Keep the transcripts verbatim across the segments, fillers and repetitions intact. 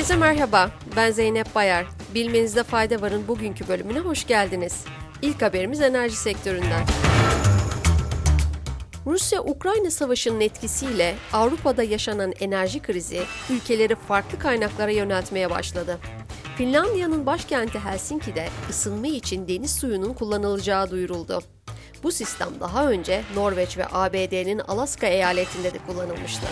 Herkese merhaba, ben Zeynep Bayar. Bilmenizde fayda varın bugünkü bölümüne hoş geldiniz. İlk haberimiz enerji sektöründen. Rusya-Ukrayna savaşının etkisiyle Avrupa'da yaşanan enerji krizi ülkeleri farklı kaynaklara yöneltmeye başladı. Finlandiya'nın başkenti Helsinki'de ısınma için deniz suyunun kullanılacağı duyuruldu. Bu sistem daha önce Norveç ve A B D'nin Alaska eyaletinde de kullanılmıştı.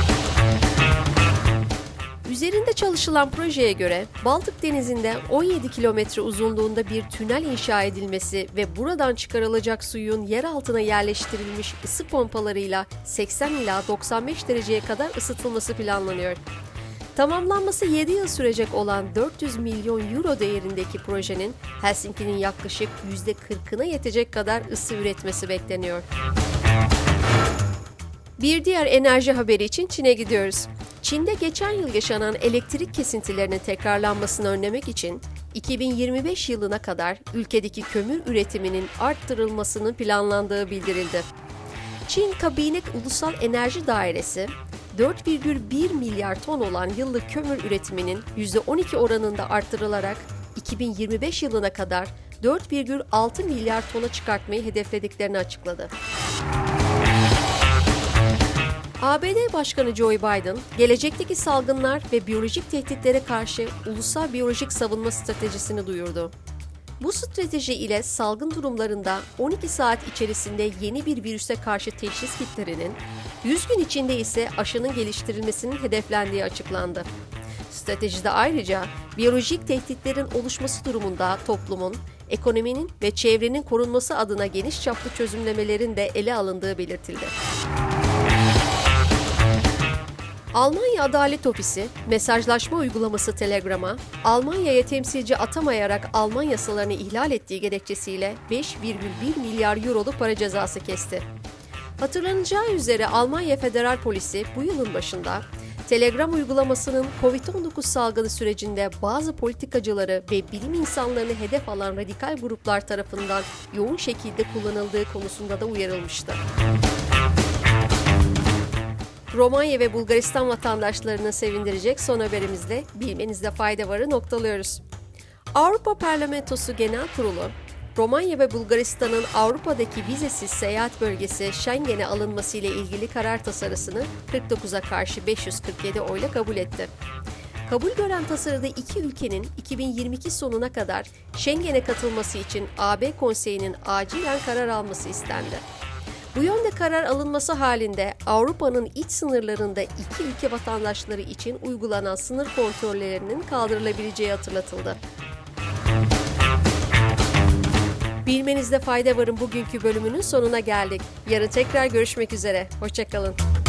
Üzerinde çalışılan projeye göre Baltık Denizi'nde on yedi kilometre uzunluğunda bir tünel inşa edilmesi ve buradan çıkarılacak suyun yer altına yerleştirilmiş ısı pompalarıyla seksen ila doksan beş dereceye kadar ısıtılması planlanıyor. Tamamlanması yedi yıl sürecek olan dört yüz milyon euro değerindeki projenin Helsinki'nin yaklaşık yüzde kırkına yetecek kadar ısı üretmesi bekleniyor. Bir diğer enerji haberi için Çin'e gidiyoruz. Çin'de geçen yıl yaşanan elektrik kesintilerinin tekrarlanmasını önlemek için iki bin yirmi beş yılına kadar ülkedeki kömür üretiminin arttırılmasının planlandığı bildirildi. Çin Kabine Ulusal Enerji Dairesi, dört virgül bir milyar ton olan yıllık kömür üretiminin yüzde on iki oranında arttırılarak iki bin yirmi beş yılına kadar dört virgül altı milyar tona çıkartmayı hedeflediklerini açıkladı. A B D Başkanı Joe Biden, gelecekteki salgınlar ve biyolojik tehditlere karşı ulusal biyolojik savunma stratejisini duyurdu. Bu strateji ile salgın durumlarında on iki saat içerisinde yeni bir virüse karşı teşhis kitlerinin, yüz gün içinde ise aşının geliştirilmesinin hedeflendiği açıklandı. Stratejide ayrıca biyolojik tehditlerin oluşması durumunda toplumun, ekonominin ve çevrenin korunması adına geniş çaplı çözümlemelerin de ele alındığı belirtildi. Almanya Adalet Ofisi, mesajlaşma uygulaması Telegram'a, Almanya'ya temsilci atamayarak Alman yasalarını ihlal ettiği gerekçesiyle beş virgül bir milyar euroluk para cezası kesti. Hatırlanacağı üzere Almanya Federal Polisi bu yılın başında, Telegram uygulamasının kovid on dokuz salgını sürecinde bazı politikacıları ve bilim insanlarını hedef alan radikal gruplar tarafından yoğun şekilde kullanıldığı konusunda da uyarılmıştı. Romanya ve Bulgaristan vatandaşlarını sevindirecek son haberimizle bilmenizde fayda varı noktalıyoruz. Avrupa Parlamentosu Genel Kurulu, Romanya ve Bulgaristan'ın Avrupa'daki vizesiz seyahat bölgesi Schengen'e alınması ile ilgili karar tasarısını kırk dokuza karşı beş yüz kırk yedi oyla kabul etti. Kabul gören tasarıda iki ülkenin iki bin yirmi iki sonuna kadar Schengen'e katılması için A B Konseyi'nin acilen karar alması istendi. Bu yönde karar alınması halinde Avrupa'nın iç sınırlarında iki ülke vatandaşları için uygulanan sınır kontrollerinin kaldırılabileceği hatırlatıldı. Bilmenizde fayda varın bugünkü bölümünün sonuna geldik. Yarın tekrar görüşmek üzere. Hoşça kalın.